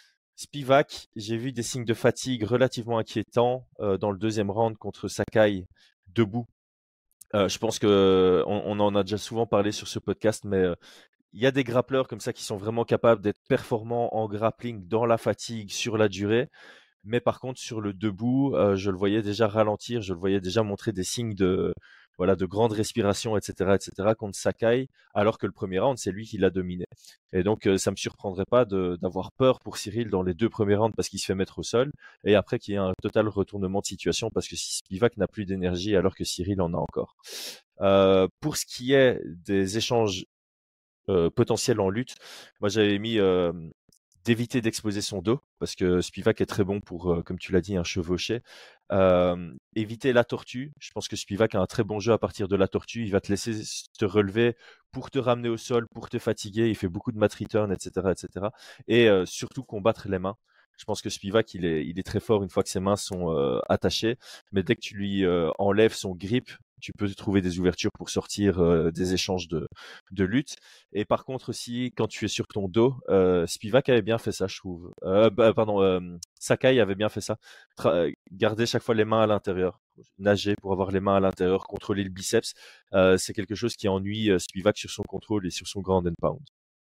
Spivak, j'ai vu des signes de fatigue relativement inquiétants euh, dans le deuxième round contre Sakai debout. Euh, je pense que on, on en a déjà souvent parlé sur ce podcast, mais euh, il y a des grappleurs comme ça qui sont vraiment capables d'être performants en grappling dans la fatigue sur la durée. Mais par contre, sur le debout, euh, je le voyais déjà ralentir, je le voyais déjà montrer des signes de, voilà, de grande respiration, et cetera, et cetera contre Sakai, alors que le premier round, c'est lui qui l'a dominé. Et donc, euh, ça me surprendrait pas de, d'avoir peur pour Cyril dans les deux premiers rounds parce qu'il se fait mettre au sol, et après qu'il y ait un total retournement de situation parce que Spivak n'a plus d'énergie alors que Cyril en a encore. Euh, pour ce qui est des échanges euh, potentiels en lutte, moi j'avais mis euh, d'éviter d'exposer son dos, parce que Spivak est très bon pour, euh, comme tu l'as dit, un chevaucher. Euh, éviter la tortue. Je pense que Spivak a un très bon jeu à partir de la tortue. Il va te laisser te relever pour te ramener au sol, pour te fatiguer. Il fait beaucoup de mat return, et cetera, et cetera. Et euh, surtout combattre les mains. Je pense que Spivak, il est, il est très fort une fois que ses mains sont euh, attachées. Mais dès que tu lui euh, enlèves son grip, tu peux trouver des ouvertures pour sortir euh, des échanges de, de lutte. Et par contre aussi, quand tu es sur ton dos, euh, Spivak avait bien fait ça, je trouve. Euh, bah, pardon, euh, Sakai avait bien fait ça. Tra- garder chaque fois les mains à l'intérieur. Nager pour avoir les mains à l'intérieur, contrôler le biceps. Euh, c'est quelque chose qui ennuie euh, Spivak sur son contrôle et sur son ground and pound.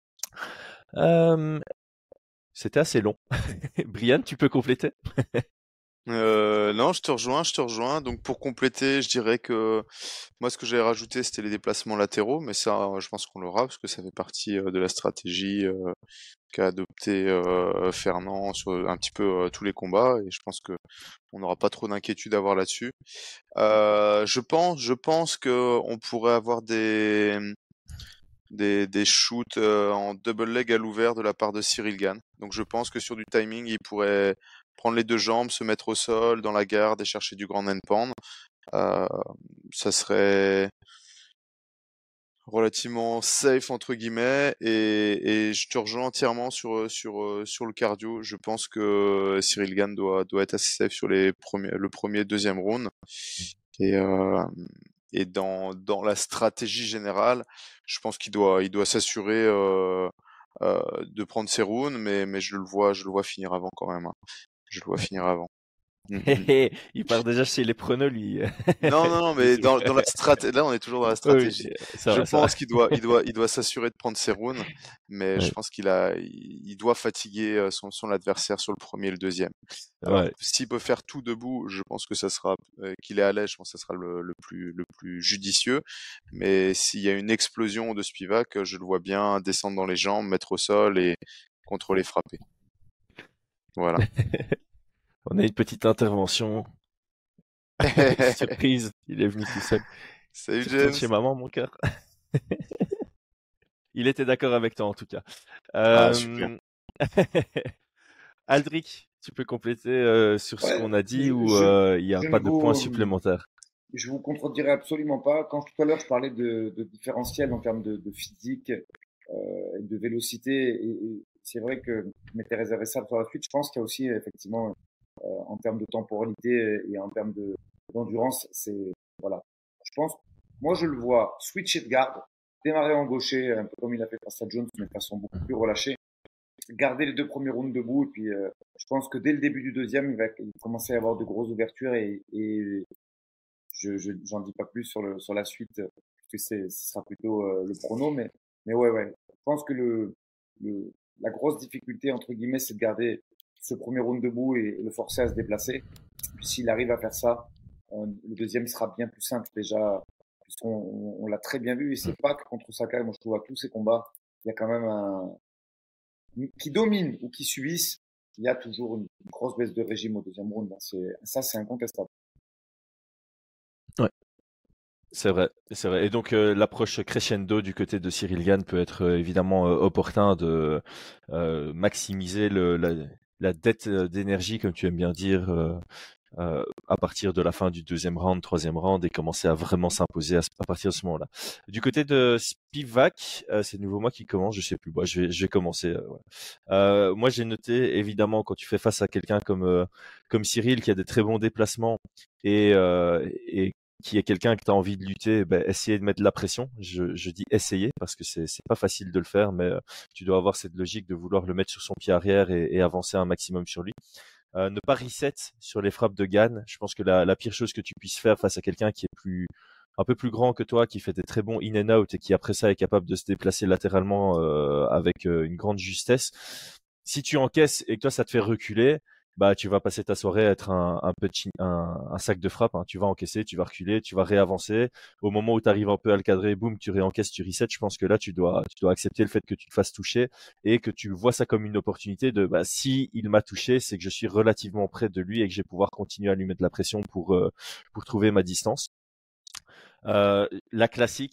Euh, C'était assez long. Brian, tu peux compléter? Euh, non, je te rejoins, je te rejoins. Donc pour compléter, je dirais que moi ce que j'avais rajouté c'était les déplacements latéraux, mais ça je pense qu'on l'aura parce que ça fait partie euh, de la stratégie euh, qu'a adopté euh, Fernand sur un petit peu euh, tous les combats et je pense que on n'aura pas trop d'inquiétude à avoir là-dessus. Euh, je pense, je pense que on pourrait avoir des des, des shoots euh, en double leg à l'ouvert de la part de Cyril Gane. Donc je pense que sur du timing, il pourrait prendre les deux jambes, se mettre au sol, dans la garde et chercher du grand end pound. Euh, ça serait relativement safe entre guillemets et, et je te rejoins entièrement sur sur sur le cardio. Je pense que Cyril Gane doit doit être assez safe sur les premiers le premier deuxième round et euh, et dans dans la stratégie générale, je pense qu'il doit il doit s'assurer euh, euh, de prendre ses rounds, mais mais je le vois je le vois finir avant quand même. Hein. Je le vois finir avant. Mm, mm. Il part déjà chez les preneurs, lui. Non, non, non, mais dans, dans la stratégie, là, on est toujours dans la Oui, stratégie. ça Je va, ça va. pense qu'il doit, il doit, il doit s'assurer de prendre ses rounds, mais je Ouais, pense qu'il a, il il doit fatiguer euh, son, son adversaire sur le premier et le deuxième. Alors, ouais. s'il peut faire tout debout, je pense que ça sera, euh, qu'il est à l'aise, je pense que ça sera le, le plus, le plus judicieux. Mais s'il y a une explosion de Spivak, je le vois bien descendre dans les jambes, mettre au sol et contrôler, frapper. Voilà. On a une petite intervention. Surprise, il est venu tout seul. Salut Tu retournes James. chez maman, mon cœur. Il était d'accord avec toi, en tout cas. Ah, super. Euh... Aldric, tu peux compléter euh, sur ce Ouais, qu'on a dit je, ou je, euh, il n'y a je ne pas de points vous, supplémentaires? je vous contredirai absolument pas. Quand tout à l'heure je parlais de, de différentiel en termes de, de physique, euh, et de vélocité, et, et c'est vrai que je m'étais réservé ça pour la suite. Je pense qu'il y a aussi effectivement euh, en termes de temporalité et en termes de d'endurance, c'est voilà. Je pense, moi je le vois switcher de garde, démarrer en gaucher, un peu comme il a fait face à Jones, mais de façon beaucoup plus relâchée, garder les deux premiers rounds debout, et puis euh, je pense que dès le début du deuxième, il va commencer à avoir de grosses ouvertures et, et je, je j'en dis pas plus sur le sur la suite parce que c'est ce sera plutôt euh, le prono, mais mais ouais ouais, je pense que le le la grosse difficulté entre guillemets, c'est de garder ce premier round debout et, et le forcer à se déplacer. Puis s'il arrive à faire ça, euh, le deuxième sera bien plus simple déjà, puisqu'on on, on l'a très bien vu et c'est pas que contre Sakai. Moi je trouve à tous ces combats, il y a quand même un qui domine ou qui subisse, il y a toujours une grosse baisse de régime au deuxième round. C'est ça, c'est incontestable. Ouais, c'est vrai, c'est vrai. Et donc euh, l'approche crescendo du côté de Cyril Gane peut être euh, évidemment euh, opportun de euh, maximiser le, la, la dette euh, d'énergie, comme tu aimes bien dire, euh, euh, à partir de la fin du deuxième round, troisième round, et commencer à vraiment s'imposer à, à partir de ce moment-là. Du côté de Spivak, euh, c'est de nouveau moi qui commence, je sais plus. Moi, je vais, je vais commencer. Euh, ouais. euh, moi, j'ai noté évidemment quand tu fais face à quelqu'un comme euh, comme Cyril qui a des très bons déplacements et euh, et qui est quelqu'un que tu as envie de lutter, ben, essayer de mettre de la pression. Je, je dis essayer parce que c'est c'est pas facile de le faire, mais euh, tu dois avoir cette logique de vouloir le mettre sur son pied arrière et, et avancer un maximum sur lui. Euh, ne pas reset sur les frappes de Gane. Je pense que la, la pire chose que tu puisses faire face à quelqu'un qui est plus un peu plus grand que toi, qui fait des très bons in and out et qui après ça est capable de se déplacer latéralement euh, avec euh, une grande justesse. Si tu encaisses et que toi ça te fait reculer, bah tu vas passer ta soirée à être un, un petit un, un sac de frappe. Hein. Tu vas encaisser, tu vas reculer, tu vas réavancer. Au moment où tu arrives un peu à le cadrer, boum, tu réencaisses, tu resets. Je pense que là tu dois tu dois accepter le fait que tu te fasses toucher et que tu vois ça comme une opportunité de bah si il m'a touché, c'est que je suis relativement près de lui et que je vais pouvoir continuer à lui mettre la pression pour euh, pour trouver ma distance. Euh, la classique,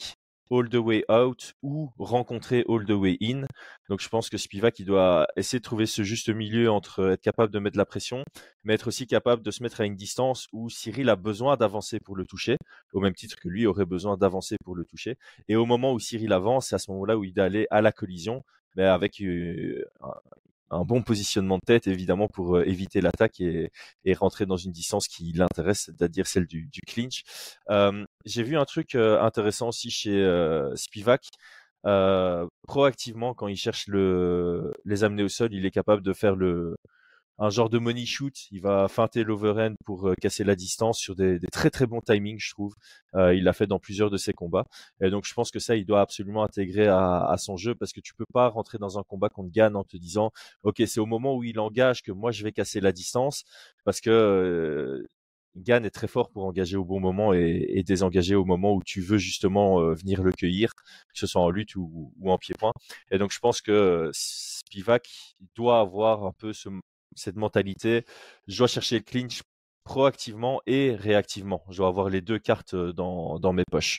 all the way out ou rencontrer all the way in. Donc je pense que Spivak il doit essayer de trouver ce juste milieu entre être capable de mettre la pression, mais être aussi capable de se mettre à une distance où Cyril a besoin d'avancer pour le toucher, au même titre que lui aurait besoin d'avancer pour le toucher. Et au moment où Cyril avance, c'est à ce moment-là où il doit aller à la collision, mais avec euh, un, un bon positionnement de tête, évidemment, pour euh, éviter l'attaque et, et rentrer dans une distance qui l'intéresse, c'est-à-dire celle du, du clinch. Euh, j'ai vu un truc euh, intéressant aussi chez euh, Spivak. Euh, proactivement, quand il cherche le, les amener au sol, il est capable de faire le, un genre de money shoot. Il va feinter l'overhand pour euh, casser la distance sur des, des très très bons timings, je trouve. Euh, il l'a fait dans plusieurs de ses combats. Et donc, je pense que ça, il doit absolument intégrer à, à son jeu parce que tu peux pas rentrer dans un combat contre Gann en te disant, OK, c'est au moment où il engage que moi, je vais casser la distance parce que euh, Gann est très fort pour engager au bon moment et, et désengager au moment où tu veux justement euh, venir le cueillir, que ce soit en lutte ou, ou en pied-point. Et donc, je pense que Spivak doit avoir un peu ce, cette mentalité. Je dois chercher le clinch proactivement et réactivement. Je dois avoir les deux cartes dans, dans mes poches.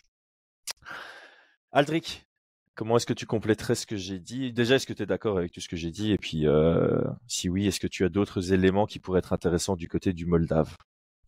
Aldric, comment est-ce que tu compléterais ce que j'ai dit? Déjà, est-ce que tu es d'accord avec tout ce que j'ai dit? Et puis, euh, si oui, est-ce que tu as d'autres éléments qui pourraient être intéressants du côté du Moldave?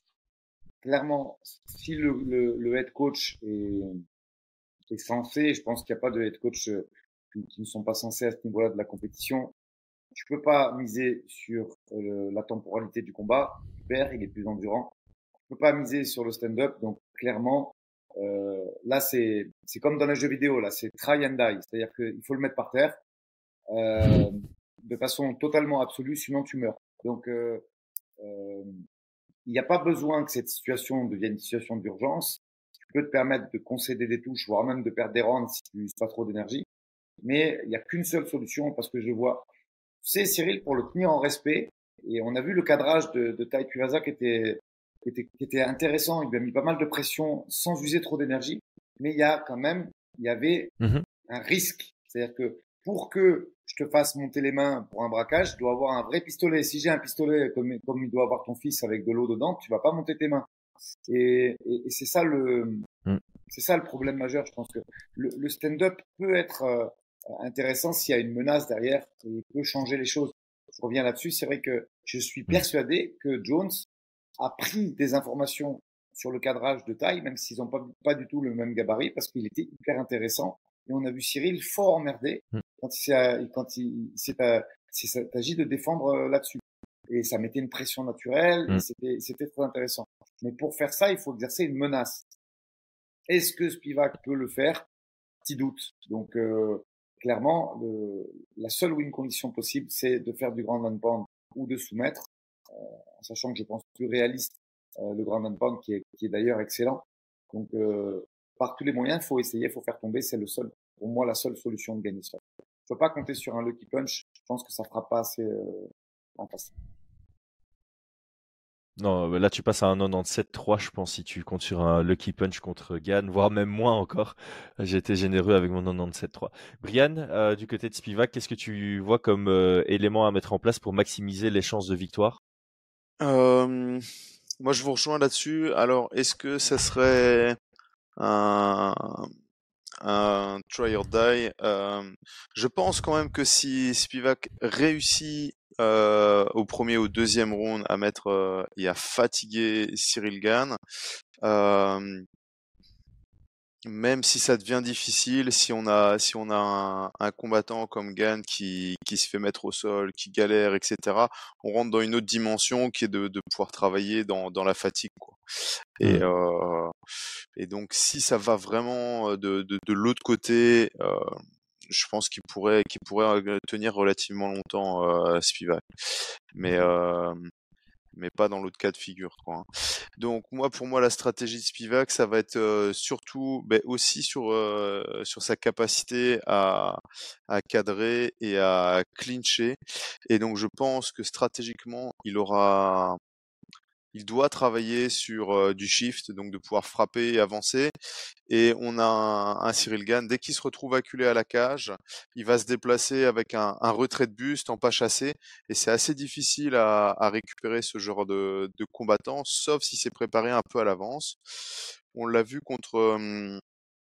Clairement, si le, le, le head coach est, est censé, je pense qu'il n'y a pas de head coach euh, qui, qui ne sont pas censés à ce niveau-là de la compétition, tu peux pas miser sur euh, la temporalité du combat. Tu perds, il est plus endurant. Tu peux pas miser sur le stand-up. Donc clairement, euh, là c'est c'est comme dans les jeux vidéo. Là, c'est try and die. C'est-à-dire qu'il faut le mettre par terre euh, de façon totalement absolue, sinon tu meurs. Donc euh, euh, il n'y a pas besoin que cette situation devienne une situation d'urgence. Tu peux te permettre de concéder des touches, voire même de perdre des rounds si tu n'uses pas trop d'énergie. Mais il n'y a qu'une seule solution parce que je vois tu sais, Cyril, pour le tenir en respect, et on a vu le cadrage de, de Tai Tuivasa qui était, qui, était, qui était intéressant, il lui a mis pas mal de pression sans user trop d'énergie, mais il y a quand même, il y avait mm-hmm. un risque. C'est-à-dire que pour que je te fasse monter les mains pour un braquage, je dois avoir un vrai pistolet. Si j'ai un pistolet comme, comme il doit avoir ton fils avec de l'eau dedans, tu vas pas monter tes mains. Et, et, et c'est ça le, mm. c'est ça le problème majeur. Je pense que le, le stand-up peut être euh, intéressant s'il y a une menace derrière et il peut changer les choses. Je reviens là-dessus. C'est vrai que je suis persuadé que Jones a pris des informations sur le cadrage de taille, même s'ils n'ont pas, pas du tout le même gabarit, parce qu'il était hyper intéressant. Et on a vu Cyril fort emmerdé quand il s'est, quand il, il s'est, s'est agi de défendre là-dessus. Et ça mettait une pression naturelle et c'était, c'était très intéressant. Mais pour faire ça, il faut exercer une menace. Est-ce que Spivak peut le faire? Petit doute. Donc, euh, clairement, le, la seule win condition possible, c'est de faire du ground and pound ou de soumettre, euh, en sachant que je pense plus réaliste euh, le ground and pound qui est, qui est d'ailleurs excellent. Donc, euh, par tous les moyens, il faut essayer, il faut faire tomber. C'est le seul, pour moi, la seule solution de gagner ça. Je peux pas compter sur un lucky punch. Je pense que ça fera pas assez euh, en face. Non, là tu passes à un quatre-vingt-dix-sept trois, je pense, si tu comptes sur un lucky punch contre Gann, voire même moins encore. J'ai été généreux avec mon quatre-vingt-dix-sept trois. Brian, euh, du côté de Spivak, qu'est-ce que tu vois comme euh, élément à mettre en place pour maximiser les chances de victoire? euh, Moi, je vous rejoins là-dessus. Alors, est-ce que ça serait un, un try or die? euh, Je pense quand même que si Spivak réussit euh, au premier ou deuxième round à mettre euh, et à fatiguer Cyril Gann, euh, même si ça devient difficile, si on a si on a un, un combattant comme Gann qui qui se fait mettre au sol, qui galère, et cetera, on rentre dans une autre dimension qui est de, de pouvoir travailler dans dans la fatigue, quoi. Et Mm. euh, et donc si ça va vraiment de de, de l'autre côté, euh, je pense qu'il pourrait qu'il pourrait tenir relativement longtemps euh, Spivak. Mais euh, mais pas dans l'autre cas de figure, quoi. Donc moi, pour moi, la stratégie de Spivak, ça va être euh, surtout, ben, aussi sur euh, sur sa capacité à à cadrer et à clincher. Et donc je pense que stratégiquement, il aura il doit travailler sur euh, du shift, donc de pouvoir frapper et avancer. Et on a un, un Cyril Gann, dès qu'il se retrouve acculé à la cage, il va se déplacer avec un, un retrait de buste en pas chassé. Et c'est assez difficile à, à récupérer ce genre de, de combattant, sauf si c'est préparé un peu à l'avance. On l'a vu contre, hum,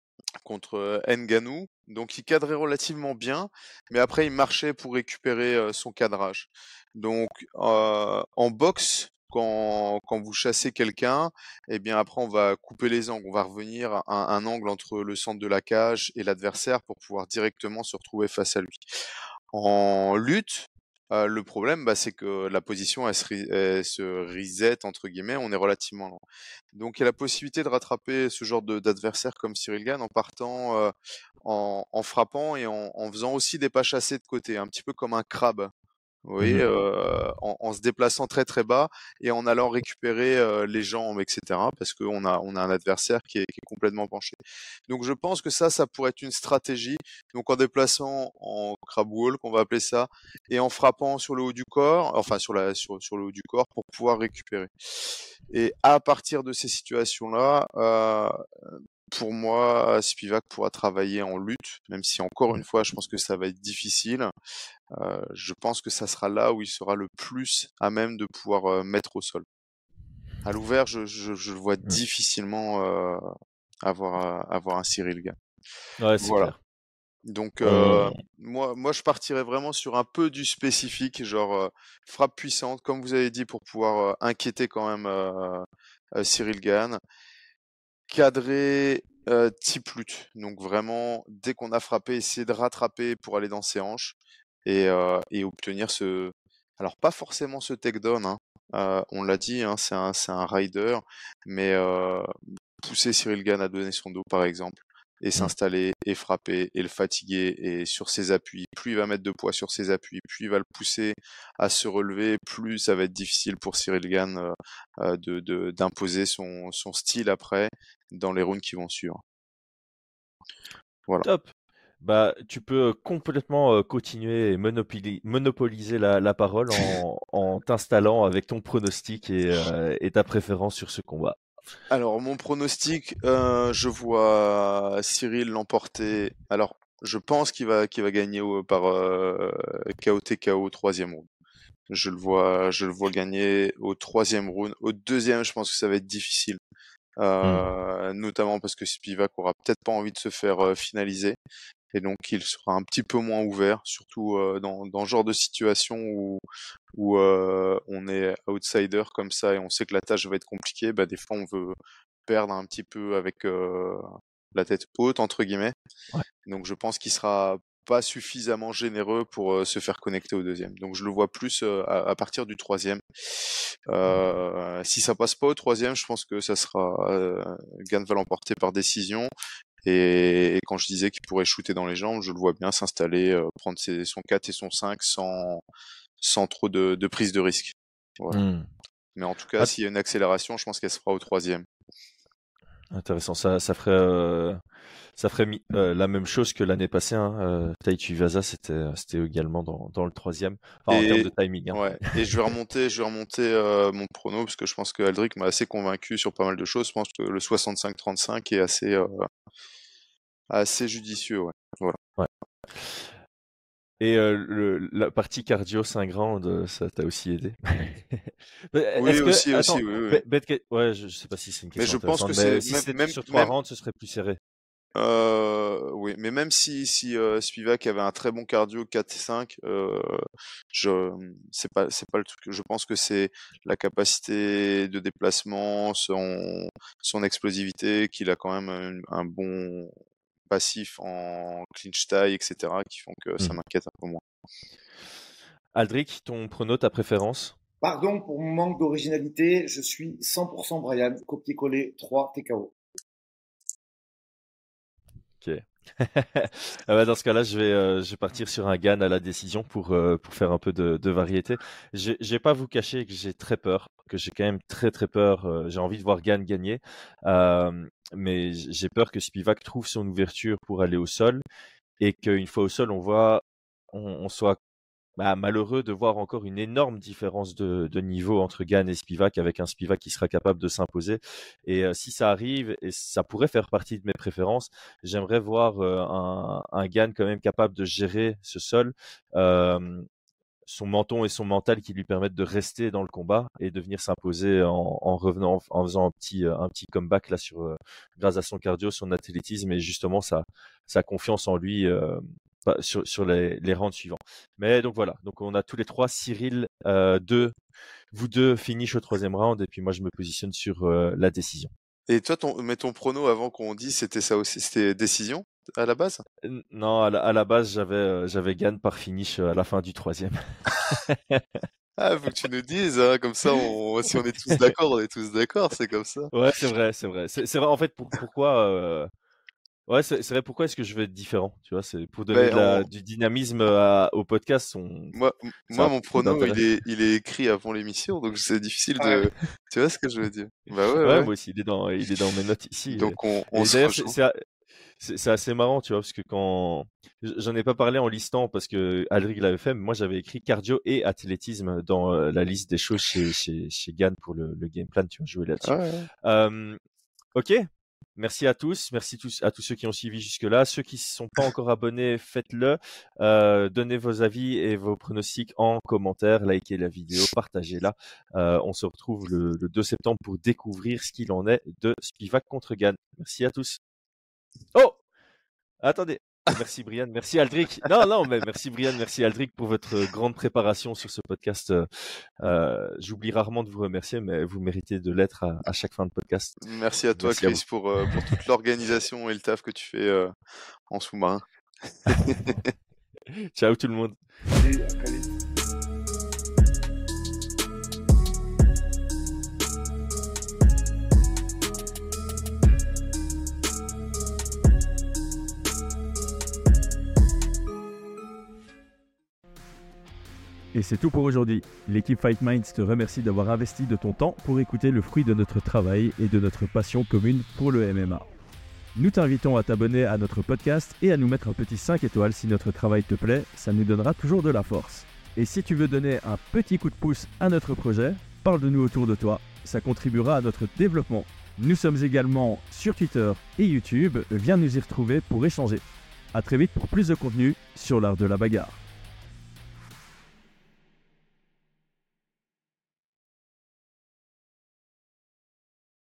contre euh, Ngannou. Donc il cadrait relativement bien, mais après il marchait pour récupérer euh, son cadrage. Donc euh, en boxe, quand, quand vous chassez quelqu'un, eh bien après on va couper les angles, on va revenir à un, un angle entre le centre de la cage et l'adversaire pour pouvoir directement se retrouver face à lui. En lutte, euh, le problème, bah, c'est que la position, elle se, re- elle se reset, entre guillemets, on est relativement lent. Donc, il y a la possibilité de rattraper ce genre de- d'adversaire comme Cyril Gane en partant, euh, en, en frappant et en, en faisant aussi des pas chassés de côté, un petit peu comme un crabe. Vous voyez, Mhm. euh, en, en se déplaçant très très bas et en allant récupérer euh, les jambes, et cetera. Parce qu'on a, on a un adversaire qui est, qui est complètement penché. Donc je pense que ça, ça pourrait être une stratégie. Donc en déplaçant en crab walk, on va appeler ça, et en frappant sur le haut du corps, enfin sur la sur, sur le haut du corps pour pouvoir récupérer. Et à partir de ces situations-là, euh, pour moi, Spivak pourra travailler en lutte, même si encore une fois, je pense que ça va être difficile. Euh, je pense que ça sera là où il sera le plus à même de pouvoir euh, mettre au sol. À l'ouvert, je, je, je le vois Mhm. difficilement euh, avoir, euh, avoir un Cyril Gane. Ouais, c'est Voilà. clair. Donc, On... euh, moi, moi, je partirais vraiment sur un peu du spécifique, genre euh, frappe puissante, comme vous avez dit, pour pouvoir euh, inquiéter quand même euh, euh, Cyril Gane. Cadré euh, type lutte. Donc vraiment, dès qu'on a frappé, essayer de rattraper pour aller dans ses hanches et, euh, et obtenir ce... Alors pas forcément ce takedown, hein. Euh, on l'a dit, hein, c'est un, c'est un rider, mais euh, pousser Cyril Gane à donner son dos par exemple, et Mhm. s'installer, et frapper, et le fatiguer, et sur ses appuis, plus il va mettre de poids sur ses appuis, plus il va le pousser à se relever, plus ça va être difficile pour Cyril Gane euh, euh, de, de, d'imposer son, son style après dans les rounds qui vont suivre. Voilà. Top. Bah, tu peux complètement euh, continuer et monopoli- monopoliser la, la parole en, en t'installant avec ton pronostic et, euh, et ta préférence sur ce combat. Alors, mon pronostic, euh, je vois Cyril l'emporter. Alors, je pense qu'il va, qu'il va gagner au- par euh, K O T K O au troisième round. Je le vois, je le vois gagner au troisième round. Au deuxième, je pense que ça va être difficile. Mhm. Euh, notamment parce que Spivak aura peut-être pas envie de se faire euh, finaliser. Et donc, il sera un petit peu moins ouvert, surtout euh, dans, dans ce genre de situation où, où euh, on est outsider comme ça et on sait que la tâche va être compliquée. Bah, des fois, on veut perdre un petit peu avec euh, la tête haute, entre guillemets. Ouais. Donc, je pense qu'il sera pas suffisamment généreux pour euh, se faire connecter au deuxième. Donc, je le vois plus euh, à, à partir du troisième. Euh, si ça passe pas au troisième, je pense que ça sera euh, Gane va l'emporter par décision. Et, et quand je disais qu'il pourrait shooter dans les jambes, je le vois bien s'installer, euh, prendre ses, son quatre et son cinq sans, sans trop de, de prise de risque. Voilà. Mhm. Mais en tout cas, Ah, s'il y a une accélération, je pense qu'elle se fera au troisième. intéressant. Ça, ça ferait, euh, ça ferait mi- euh, la même chose que l'année passée. Hein. Euh, Tai Tuivasa, c'était, c'était également dans, dans le troisième. Enfin, en termes de Et timing. Hein. ouais, et je vais remonter, je vais remonter euh, mon prono parce que je pense que Aldric m'a assez convaincu sur pas mal de choses. Je pense que le soixante-cinq trente-cinq est assez, euh, assez judicieux. Ouais. Voilà. Ouais. Et euh, le, la partie cardio cinq rounds, euh, ça t'a aussi aidé. Mais Oui, Est-ce que, aussi, aussi, attends, oui, oui. be- bête que- ouais, je, je sais pas si c'est une Mais question je pense intéressante, que mais c'est si même, c'était même, sur trois même, rounds, ce serait plus serré. Euh, oui, mais même si si euh, Spivak avait un très bon cardio quatre et cinq, euh, je c'est pas c'est pas le truc. Je pense que c'est la capacité de déplacement, son son explosivité, qu'il a quand même un, un bon passif en clinch tie, et cetera, qui font que ça Mhm. m'inquiète un peu moins. Aldric, ton prono, ta préférence? Pardon pour mon manque d'originalité, je suis cent pour cent Brian, copier-coller trois T K O. Ok. Ah bah, dans ce cas-là, je vais, euh, je vais partir sur un Gann à la décision pour, euh, pour faire un peu de, de variété. Je je vais pas vous cacher que j'ai très peur, que j'ai quand même très très peur. euh, j'ai envie de voir Gann gagner, Euh, mais j- j'ai peur que Spivak trouve son ouverture pour aller au sol et qu'une fois au sol, on voit, on, on soit bah, malheureux de voir encore une énorme différence de, de niveau entre Gann et Spivak, avec un Spivak qui sera capable de s'imposer. Et euh, si ça arrive, et ça pourrait faire partie de mes préférences, j'aimerais voir euh, un, un Gann quand même capable de gérer ce sol. Euh, son menton et son mental qui lui permettent de rester dans le combat et de venir s'imposer en, en revenant, en faisant un petit, un petit comeback là sur, euh, grâce à son cardio, son athlétisme et justement sa, sa confiance en lui euh, sur, sur les, les rounds suivants. Mais donc voilà, donc on a tous les trois, Cyril, euh, deux, vous deux finish au troisième round et puis moi je me positionne sur euh, la décision. Et toi, ton, mais ton prono avant qu'on dise, c'était ça aussi, c'était décision à la base? Non, à la, à la base, j'avais euh, j'avais Gann par finish euh, à la fin du troisième. Ah, faut que tu nous dises, hein, comme ça, on, si on est tous d'accord, on est tous d'accord, c'est comme ça. Ouais, c'est vrai, c'est vrai. C'est, c'est vrai, en fait, pour, pourquoi... Euh... Ouais, c'est, c'est vrai, pourquoi est-ce que je vais être différent? Tu vois, c'est pour donner Ben, de la, on... du dynamisme à, au podcast. On... Moi, Ça moi a mon trop prono, il d'intérêt. est, il est écrit avant l'émission, donc c'est difficile Ouais. de... Tu vois ce que je veux dire? Bah ouais, Ouais, ouais. moi aussi, il est dans, il est dans mes notes ici. Et, Donc on, on et se d'ailleurs, c'est, rejoint. c'est, c'est, c'est assez marrant, tu vois, parce que quand... J'en ai pas parlé en listant parce que Aldric l'avait fait, mais moi j'avais écrit cardio et athlétisme dans euh, la liste des choses chez, chez, chez Gann pour le, le game plan, tu vois, jouer là-dessus. Ouais, ouais. Euh, ok, merci à tous, merci tous, à tous ceux qui ont suivi jusque-là. Ceux qui ne sont pas encore abonnés, faites-le. Euh, donnez vos avis et vos pronostics en commentaire, likez la vidéo, partagez-la. Euh, on se retrouve le, le deux septembre pour découvrir ce qu'il en est de Spivak contre Gann. Merci à tous. Oh, attendez. Merci Brian, merci Aldric. Non, non, mais merci Brian, merci Aldric pour votre grande préparation sur ce podcast. Euh, j'oublie rarement de vous remercier, mais vous méritez de l'être à, à chaque fin de podcast. Merci à toi, Merci à Chris, pour, euh, pour toute l'organisation et le taf que tu fais euh, en sous-marin. Ciao tout le monde. Salut, à très vite. Et c'est tout pour aujourd'hui. L'équipe Fight Minds te remercie d'avoir investi de ton temps pour écouter le fruit de notre travail et de notre passion commune pour le M M A. Nous t'invitons à t'abonner à notre podcast et à nous mettre un petit cinq étoiles si notre travail te plaît, ça nous donnera toujours de la force. Et si tu veux donner un petit coup de pouce à notre projet, parle de nous autour de toi, ça contribuera à notre développement. Nous sommes également sur Twitter et YouTube, viens nous y retrouver pour échanger. A très vite pour plus de contenu sur l'art de la bagarre.